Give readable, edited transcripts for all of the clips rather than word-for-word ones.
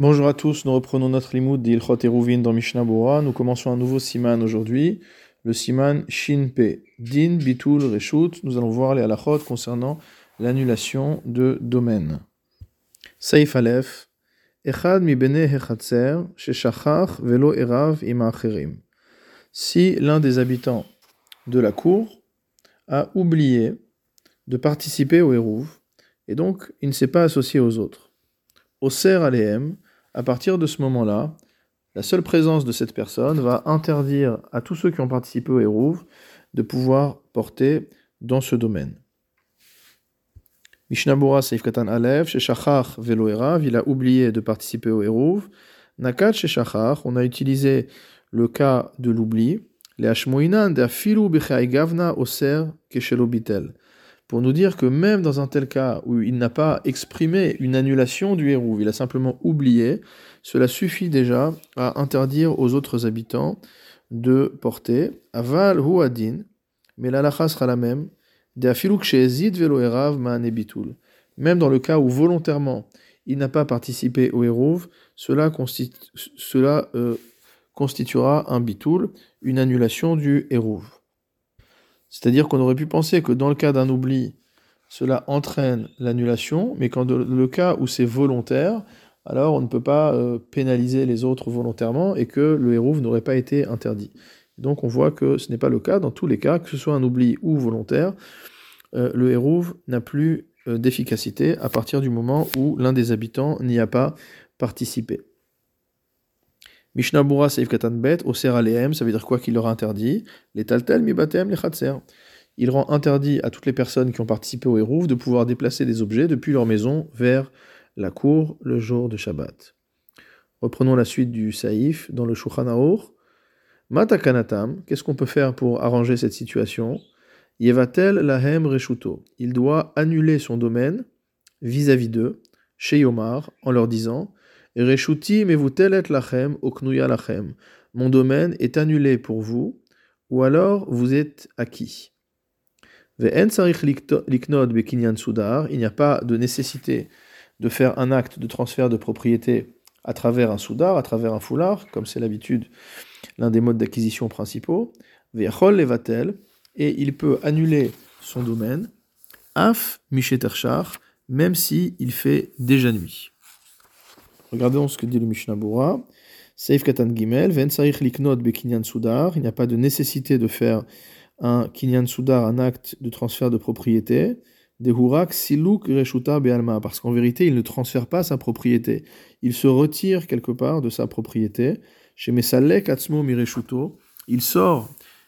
Bonjour à tous, nous reprenons notre limoud d'Ilchot Eruvin dans Mishnah Bora. Nous commençons un nouveau siman aujourd'hui, le siman Shin Pe. Din Bitul Reshut. Nous allons voir les halachot concernant l'annulation de domaine. Seif Aleph. Echad mi bene hechatzer, sheshachach velo erav ima acherim. Si l'un des habitants de la cour a oublié de participer au Eruv, et donc il ne s'est pas associé aux autres. Oser alehem, à partir de ce moment-là, la seule présence de cette personne va interdire à tous ceux qui ont participé au Eruv de pouvoir porter dans ce domaine. Mishnah Bora Seif Katan Alev, Sheshachach Velo Erav, il a oublié de participer au Eruv. Nakat Sheshachach, on a utilisé le cas de l'oubli. Les Hashmoinan de Afilu Bechai Gavna Oser Keshelo Bitel. Pour nous dire que même dans un tel cas où il n'a pas exprimé une annulation du Eruv, il a simplement oublié, cela suffit déjà à interdire aux autres habitants de porter. Aval hu adin, mais la halakha sera la même. De afilu kshezid velo erav ma'ane bitul. Même dans le cas où volontairement il n'a pas participé au Eruv, cela constituera un bitul, une annulation du Eruv. C'est-à-dire qu'on aurait pu penser que dans le cas d'un oubli, cela entraîne l'annulation, mais quand le cas où c'est volontaire, alors on ne peut pas pénaliser les autres volontairement et que le Eruv n'aurait pas été interdit. Donc on voit que ce n'est pas le cas dans tous les cas, que ce soit un oubli ou volontaire, le Eruv n'a plus d'efficacité à partir du moment où l'un des habitants n'y a pas participé. Mishnah Bura Seif Katan Bet, Oser Alehem, ça veut dire quoi qu'il leur a interdit? Les Taltel mi Batem les Chatser. Il rend interdit à toutes les personnes qui ont participé au Eruv de pouvoir déplacer des objets depuis leur maison vers la cour le jour de Shabbat. Reprenons la suite du Saïf dans le Shulchan Aruch. Matakanatam, qu'est-ce qu'on peut faire pour arranger cette situation? Yevatel lahem reshuto. Il doit annuler son domaine vis-à-vis d'eux, chez Yomar, en leur disant Reshuti mevutelet lachem oknuya lachem. Mon domaine est annulé pour vous, ou alors vous êtes acquis. Ve'en sarich liknod bekinyan sudar. Il n'y a pas de nécessité de faire un acte de transfert de propriété à travers un soudar, à travers un foulard, comme c'est l'habitude, l'un des modes d'acquisition principaux. Ve'chol levatel. Et il peut annuler son domaine, af mishetershach, même si il fait déjà nuit. Regardons ce que dit le Mishnah Bura. Seif Katan Gimel, Ven Sarich Liknot be Kinyan Sudar. Il n'y a pas de nécessité de faire un Kinyan Sudar, un acte de transfert de propriété. Dehurak Siluk Reshuta Bealma. Parce qu'en vérité, il ne transfère pas sa propriété. Il se retire quelque part de sa propriété. Chez Mesalek Atzmo Mireshuto. Il sort.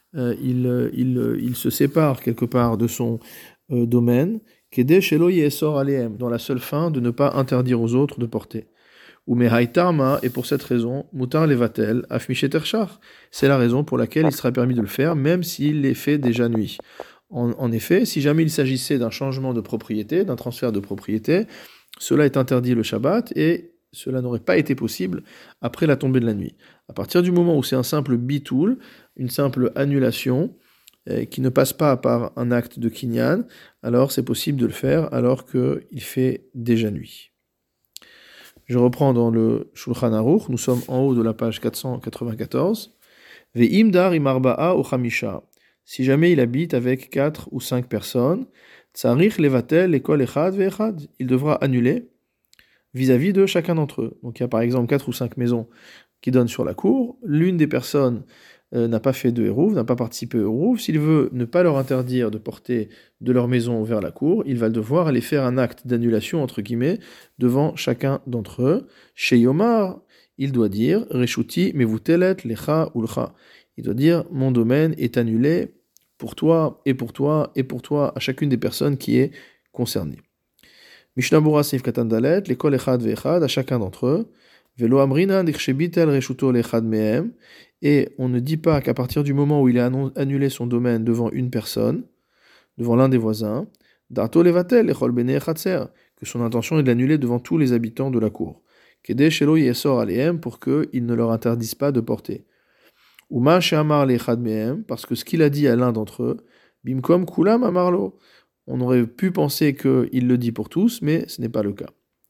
Il se sépare quelque part de son domaine, Kede Shelo Yesor Aleem, dans la seule fin de ne pas interdire aux autres de porter. Ou Mehaitarma, et pour cette raison, Mutar Levatel, Afmishetershach. C'est la raison pour laquelle il sera permis de le faire, même s'il est fait déjà nuit. En effet, si jamais il s'agissait d'un changement de propriété, d'un transfert de propriété, cela est interdit le Shabbat et cela n'aurait pas été possible après la tombée de la nuit. À partir du moment où c'est un simple bitul, une simple annulation, qui ne passe pas par un acte de kinyan, alors c'est possible de le faire alors qu'il fait déjà nuit. Je reprends dans le Shulchan Aruch, nous sommes en haut de la page 494. Ve'im dar im arba'a ou chamisha. Si jamais il habite avec 4 ou 5 personnes, tsarich levatel lekol echad ve'echad. Il devra annuler vis-à-vis de chacun d'entre eux. Donc il y a par exemple 4 ou 5 maisons qui donnent sur la cour. L'une des personnes n'a pas fait de Eruv, n'a pas participé au Eruv. S'il veut ne pas leur interdire de porter de leur maison vers la cour, il va devoir aller faire un acte d'annulation, entre guillemets, devant chacun d'entre eux. Chez Yomar, il doit dire Reshuti mevutelet lecha ulcha. Il doit dire mon domaine est annulé pour toi et pour toi et pour toi, à chacune des personnes qui est concernée. Mishnah Bura Seif Katan Dalet, l'école echad ve'echad, à chacun d'entre eux. Velo amrina dikshebitel reshuto lechad mehem. Et on ne dit pas qu'à partir du moment où il a annulé son domaine devant une personne, devant l'un des voisins, darto levatel echol bene echatser, que son intention est de l'annuler devant tous les habitants de la cour. Kede shelo yesor alehem, pour qu'ils ne leur interdisent pas de porter. Uma she'amar lechad mehem, parce que ce qu'il a dit à l'un d'entre eux, bimkom kulam amarlo. On aurait pu penser qu'il le dit pour tous, mais ce n'est pas le cas.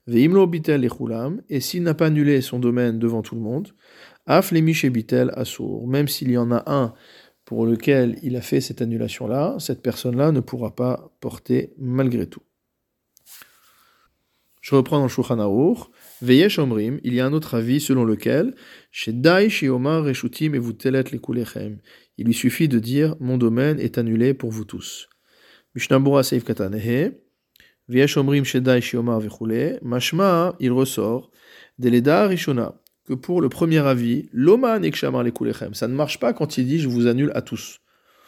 Veimlo bitel lechulam, et s'il n'a pas annulé son domaine devant tout le monde, af lemi shebitel assour, même s'il y en a un pour lequel il a fait cette annulation-là, cette personne-là ne pourra pas porter malgré tout. Je reprends dans le Shulchan Aruch. Veyesh omrim, il y a un autre avis selon lequel Shedai shiomar reshutim evutelet lekulechem. Il lui suffit de dire mon domaine est annulé pour vous tous. Mishnah Bura Seif Katanehe. Veyesh omrim Shedai shiomar vechule. Mashma, il ressort Deleda Rishona que pour le premier avis, Loma nekshamar lekulechem. Ça ne marche pas quand il dit je vous annule à tous.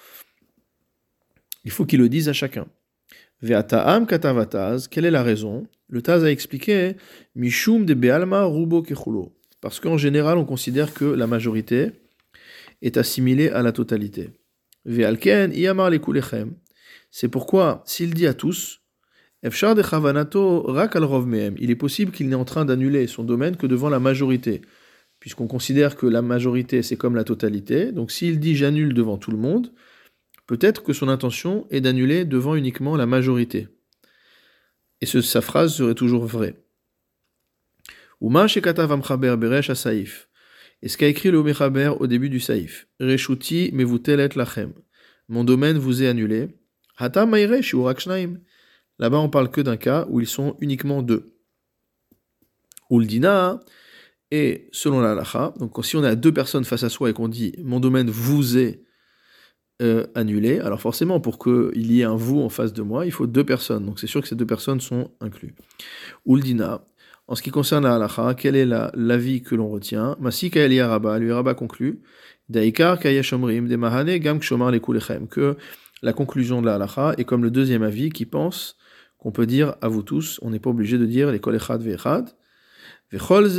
Il faut qu'il le dise à chacun. Ve'ata'am katavataz, quelle est la raison? Le Taz a expliqué Mishum de Be'alma Rubo Kechulo. Parce qu'en général, on considère que la majorité est assimilée à la totalité. Ve'alken iyamar lekulechem. C'est pourquoi, s'il dit à tous, Efshar de Chavanato rak al rov mehem, il est possible qu'il n'est en train d'annuler son domaine que devant la majorité. Puisqu'on considère que la majorité, c'est comme la totalité. Donc s'il dit j'annule devant tout le monde, peut-être que son intention est d'annuler devant uniquement la majorité. Et sa phrase serait toujours vraie. Uma shekatav amchaber beresh hasaif. Et ce qu'a écrit le Mechaber au début du saïf. Reshuti mevutelet lachem. Mon domaine vous est annulé. Hata maire shiurak shnaim. Là-bas, on parle que d'un cas où ils sont uniquement deux. Uldina, et selon la halacha, donc si on a deux personnes face à soi et qu'on dit mon domaine vous est annulé, alors forcément pour qu'il y ait un vous en face de moi, il faut deux personnes, donc c'est sûr que ces deux personnes sont incluses. Uldina, en ce qui concerne la halacha, quel est l'avis que l'on retient? Masika Eli Rabba, lui Rabba conclut, Daikar Kayesh Omrim, de Mahane Gam Kshomar Lekulechem, que la conclusion de la halacha est comme le deuxième avis qui pense qu'on peut dire à vous tous, on n'est pas obligé de dire les Kol Echad Ve'echad, mais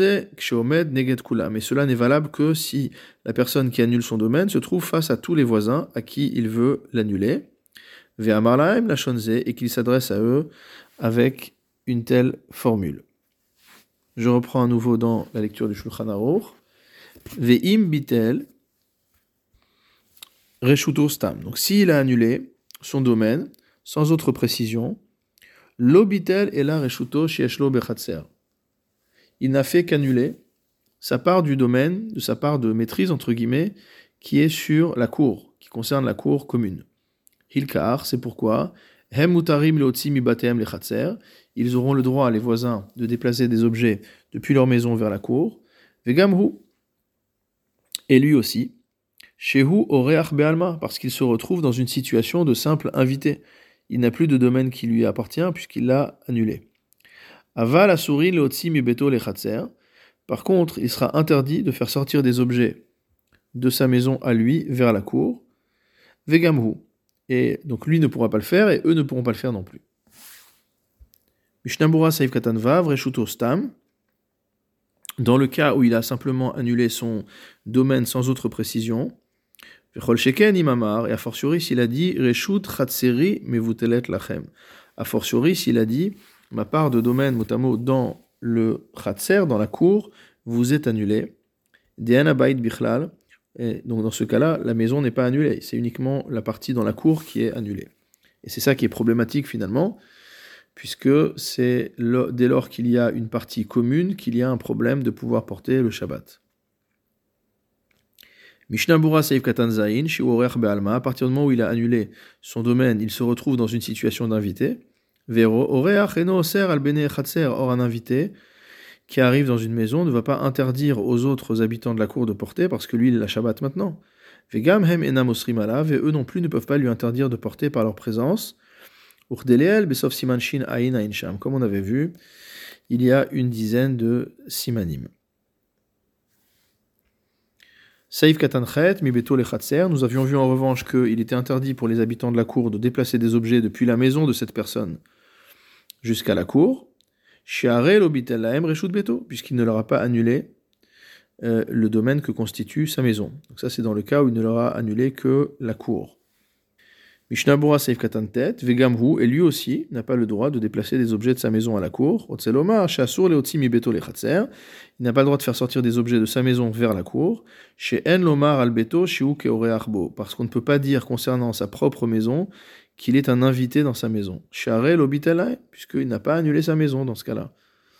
cela n'est valable que si la personne qui annule son domaine se trouve face à tous les voisins à qui il veut l'annuler, et qu'il s'adresse à eux avec une telle formule. Je reprends à nouveau dans la lecture du Shulchan Aruch. Ve'im bitel reshuto stam. Donc s'il a annulé son domaine sans autre précision, lo bitel et la reshuto shieshlo bechatser. Il n'a fait qu'annuler sa part du domaine, de sa part de maîtrise, entre guillemets, qui est sur la cour, qui concerne la cour commune. Hilkar, c'est pourquoi, hem mutarim leotzi mi batehem lechatser, ils auront le droit, les voisins, de déplacer des objets depuis leur maison vers la cour. Vegamhu, et lui aussi, shehu oreach be'alma, parce qu'il se retrouve dans une situation de simple invité. Il n'a plus de domaine qui lui appartient puisqu'il l'a annulé. Aval asuri leotzi mi beto lechatser. Par contre, il sera interdit de faire sortir des objets de sa maison à lui vers la cour. Vegamhu. Et donc lui ne pourra pas le faire et eux ne pourront pas le faire non plus. Mishnah Bura Saif Katan Vav Reshuto Stam. Dans le cas où il a simplement annulé son domaine sans autre précision, Vechol Sheken Imamar, et a fortiori s'il a dit Reshut Chatseri Mevutelet Lachem. A fortiori s'il a dit ma part de domaine motamo dans le Chatser, dans la cour, vous est annulée. De'ana Bait Bichlal. Et donc dans ce cas-là, la maison n'est pas annulée, c'est uniquement la partie dans la cour qui est annulée. Et c'est ça qui est problématique finalement, puisque c'est dès lors qu'il y a une partie commune qu'il y a un problème de pouvoir porter le Shabbat. Mishnah Bura Seif Katan Zayin, Shiorech Be'alma, à partir du moment où il a annulé son domaine, il se retrouve dans une situation d'invité. Vero Oreach Eno Oser Al Bene Chatser, or un invité qui arrive dans une maison ne va pas interdire aux autres habitants de la cour de porter parce que lui il est la Shabbat maintenant. Vegam Hem Enam Osrim Alav, et eux non plus ne peuvent pas lui interdire de porter par leur présence. Urdeleel Besof Siman Shin Ain Ain Sham, comme on avait vu, il y a une dizaine de simanim. Saïf Katanchet, Mibeto le Chatser, nous avions vu en revanche qu'il était interdit pour les habitants de la cour de déplacer des objets depuis la maison de cette personne jusqu'à la cour, Shiare Lobitel Laem Reshut Beto, puisqu'il ne leur a pas annulé le domaine que constitue sa maison. Donc ça c'est dans le cas où il ne leur a annulé que la cour. Mishnah Bura Seif Katantet, Vegamhu, et lui aussi n'a pas le droit de déplacer des objets de sa maison à la cour. Otseloma, Shasur Leotzi Mibeto le Chatser, il n'a pas le droit de faire sortir des objets de sa maison vers la cour. Chez En Lomar Albeto, Shiu Keore Arbo, parce qu'on ne peut pas dire concernant sa propre maison qu'il est un invité dans sa maison. Share Lobitelae, puisqu'il n'a pas annulé sa maison dans ce cas-là.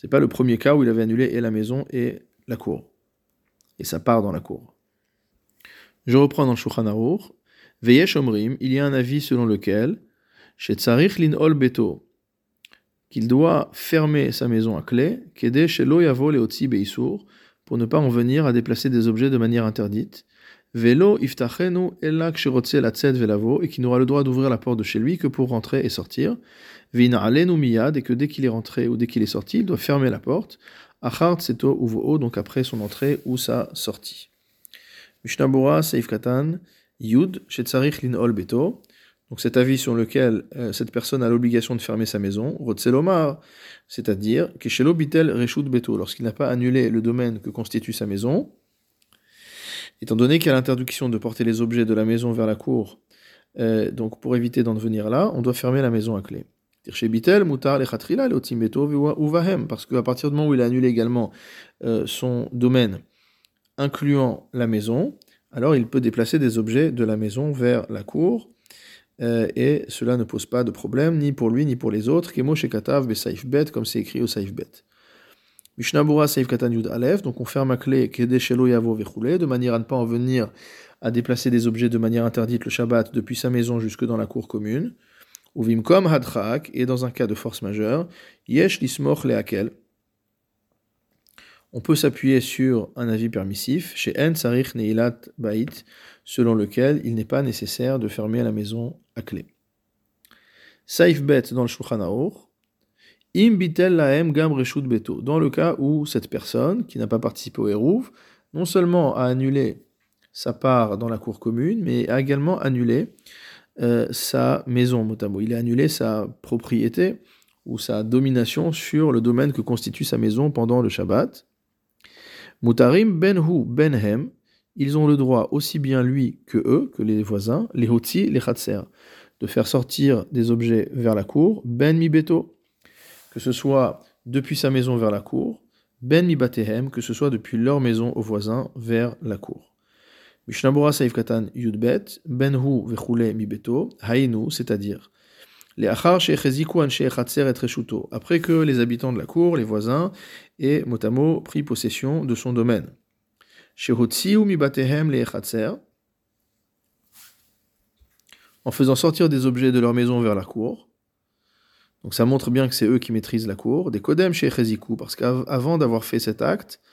C'est pas le premier cas où il avait annulé et la maison et la cour. Et ça part dans la cour. Je reprends dans le Shulchan Aruch. Veyesh omrim, il y a un avis selon lequel, chez Tsarich lin'ol beto, qu'il doit fermer sa maison à clé, kede shelo yavo leotzi beisur, pour ne pas en venir à déplacer des objets de manière interdite, velo iftachenu ella kshirotze latzet velavo, et qui n'aura le droit d'ouvrir la porte de chez lui que pour rentrer et sortir, vina alenu miyad, et que dès qu'il est rentré ou dès qu'il est sorti, il doit fermer la porte, achar tseto uvo, donc après son entrée ou sa sortie. Mishnah Bura, Seif Katan, Yud, Shetzarich Lin'ol Beto. Donc cet avis sur lequel cette personne a l'obligation de fermer sa maison, Rotzelomar, c'est-à-dire Keshelo Bitel Reshut Beto, lorsqu'il n'a pas annulé le domaine que constitue sa maison, étant donné qu'il y a l'interdiction de porter les objets de la maison vers la cour, donc pour éviter d'en venir là, on doit fermer la maison à clé. Chez Bitel, Mutar, Lechatrila, Leotim Beto, Uvahem, parce qu'à partir du moment où il a annulé également son domaine, incluant la maison, alors il peut déplacer des objets de la maison vers la cour, et cela ne pose pas de problème, ni pour lui, ni pour les autres. Kemo shekatav be saif bet, comme c'est écrit au saif bet. Mishnah Bura saif katan yud alef, donc on ferme à clé kede shelo yavo vechule, de manière à ne pas en venir à déplacer des objets de manière interdite le Shabbat depuis sa maison jusque dans la cour commune. Ou vimkom hadrak, et dans un cas de force majeure, yesh lismoch leakel, on peut s'appuyer sur un avis permissif, chez En Sarich Neilat Bait, selon lequel il n'est pas nécessaire de fermer la maison à clé. Saif Bet dans le Shulchan Aruch, Im Bitel Lahem Gam Reshut Beto, dans le cas où cette personne, qui n'a pas participé au Hérouv, non seulement a annulé sa part dans la cour commune, mais a également annulé sa maison, motamo. Il a annulé sa propriété ou sa domination sur le domaine que constitue sa maison pendant le Shabbat. Mutarim benhu benhem, ils ont le droit, aussi bien lui que eux, que les voisins, les hotzi, les chatser, de faire sortir des objets vers la cour, ben mi beto, que ce soit depuis sa maison vers la cour, ben mi batehem, que ce soit depuis leur maison aux voisins vers la cour. Mishnah Bura Saif Katan Yudbet, benhu vechule mi beto, hainu, c'est-à-dire après que les habitants de la cour, les voisins, aient motamo pris possession de son domaine. En faisant sortir des objets de leur maison vers la cour. Donc ça montre bien que c'est eux qui maîtrisent la cour. Des kodem chez Cheziku, parce qu'avant d'avoir fait cet acte,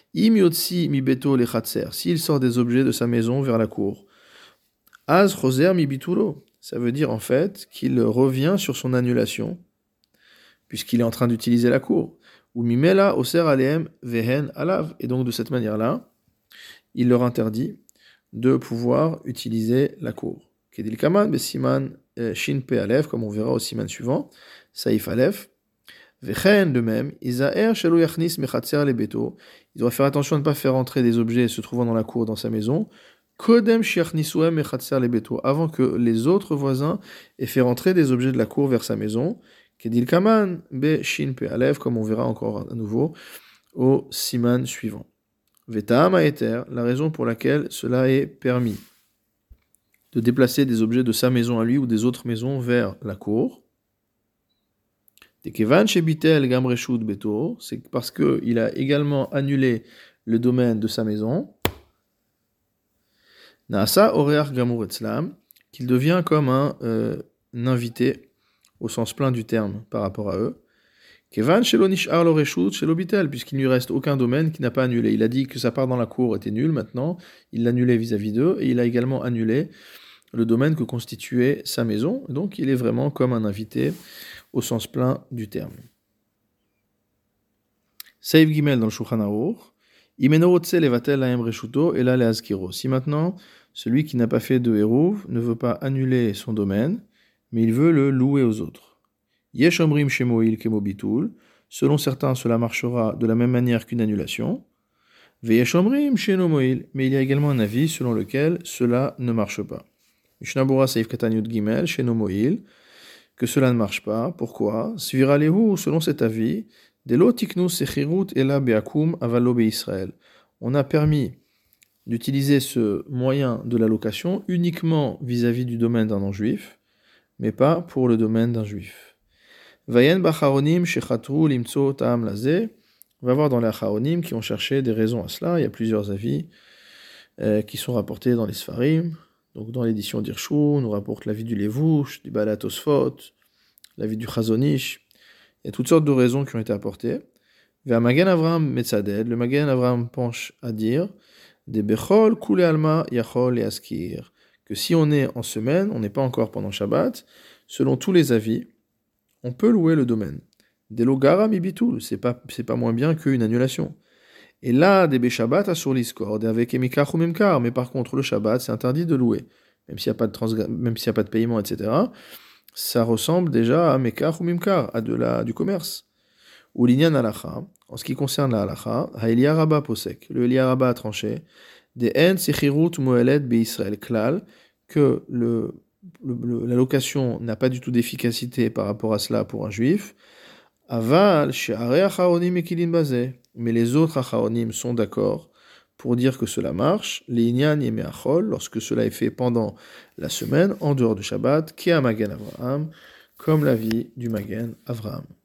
s'il sort des objets de sa maison vers la cour. Az choser mi bitulo. Ça veut dire en fait qu'il revient sur son annulation, puisqu'il est en train d'utiliser la cour. Ou mimela oser aleem vehen alav. Et donc de cette manière-là, il leur interdit de pouvoir utiliser la cour. Kedil kaman besiman shin pe alef, comme on verra au siman suivant, saif alef. Vechen de même, isaer shelo yachnis mechatzer le beto. Il doit faire attention à ne pas faire entrer des objets se trouvant dans la cour dans sa maison. Kodem shiachnisuem mechatzer le beto, avant que les autres voisins aient fait rentrer des objets de la cour vers sa maison. Kedil kaman be shin pe alef, comme on verra encore à nouveau au siman suivant. Vetam aeter, la raison pour laquelle cela est permis de déplacer des objets de sa maison à lui ou des autres maisons vers la cour. Dekevan shebitel gam reshut beto, c'est parce qu'il a également annulé le domaine de sa maison. Naasa oreach gamur etzlam, qu'il devient comme un invité au sens plein du terme par rapport à eux. Kevan shelo nishar lo reshut shelo bitel, puisqu'il ne lui reste aucun domaine qui n'a pas annulé. Il a dit que sa part dans la cour était nulle maintenant, il l'annulait vis-à-vis d'eux, et il a également annulé le domaine que constituait sa maison, donc il est vraiment comme un invité au sens plein du terme. Seif Gimel dans le Shulchan Aruch, Imeno rotze levatel lahem reshuto ela leazkiro. Si maintenant, celui qui n'a pas fait de hérouv ne veut pas annuler son domaine, mais il veut le louer aux autres. Yesh omrim shemoil kemo bitul. Selon certains, cela marchera de la même manière qu'une annulation. Veyesh omrim sheno moil. Mais il y a également un avis selon lequel cela ne marche pas. Mishnah Bura Seif Katan Yud Gimel sheno moil, que cela ne marche pas. Pourquoi? Svira lehu, selon cet avis, delo tiknu sechirut ela beakum avalo beIsraël. On a permis d'utiliser ce moyen de la location uniquement vis-à-vis du domaine d'un non-juif, mais pas pour le domaine d'un juif. Vayen bacharonim shechatru limtso ta'am lazeh. On va voir dans les acharonim qui ont cherché des raisons à cela. Il y a plusieurs avis qui sont rapportés dans les Sfarim. Donc dans l'édition d'Irshu, on nous rapporte l'avis du Levouche, du Baal HaTosfot, l'avis du Chazonish. Il y a toutes sortes de raisons qui ont été apportées. Vers Magen Avraham Metzaded, le Magen Avraham penche à dire des Bechol Kule Alma Yachol et Askir, que si on est en semaine, on n'est pas encore pendant Shabbat, selon tous les avis, on peut louer le domaine. Des Logara Mibitul, c'est pas moins bien qu'une annulation. Et là, des Beshabbat Asur Liskord, avec Emikar ou Memkar, mais par contre, le Shabbat, c'est interdit de louer, même s'il n'y a pas de paiement, etc. Ça ressemble déjà à Mekar ou Mimkar, à du commerce. Ou l'inyan halacha, en ce qui concerne la halacha, ha'Eliya Rabba posek, le Eliya Rabba a tranché, des en sechirut moelet be'Israël klal, que la location n'a pas du tout d'efficacité par rapport à cela pour un juif. Aval she'arei acharonim ekilin bazeh, mais les autres acharonim sont d'accord pour dire que cela marche, l'inyan yemei achol, lorsque cela est fait pendant la semaine, en dehors du Shabbat, ki ha Magen Avraham, comme l'avis du Magen Avraham.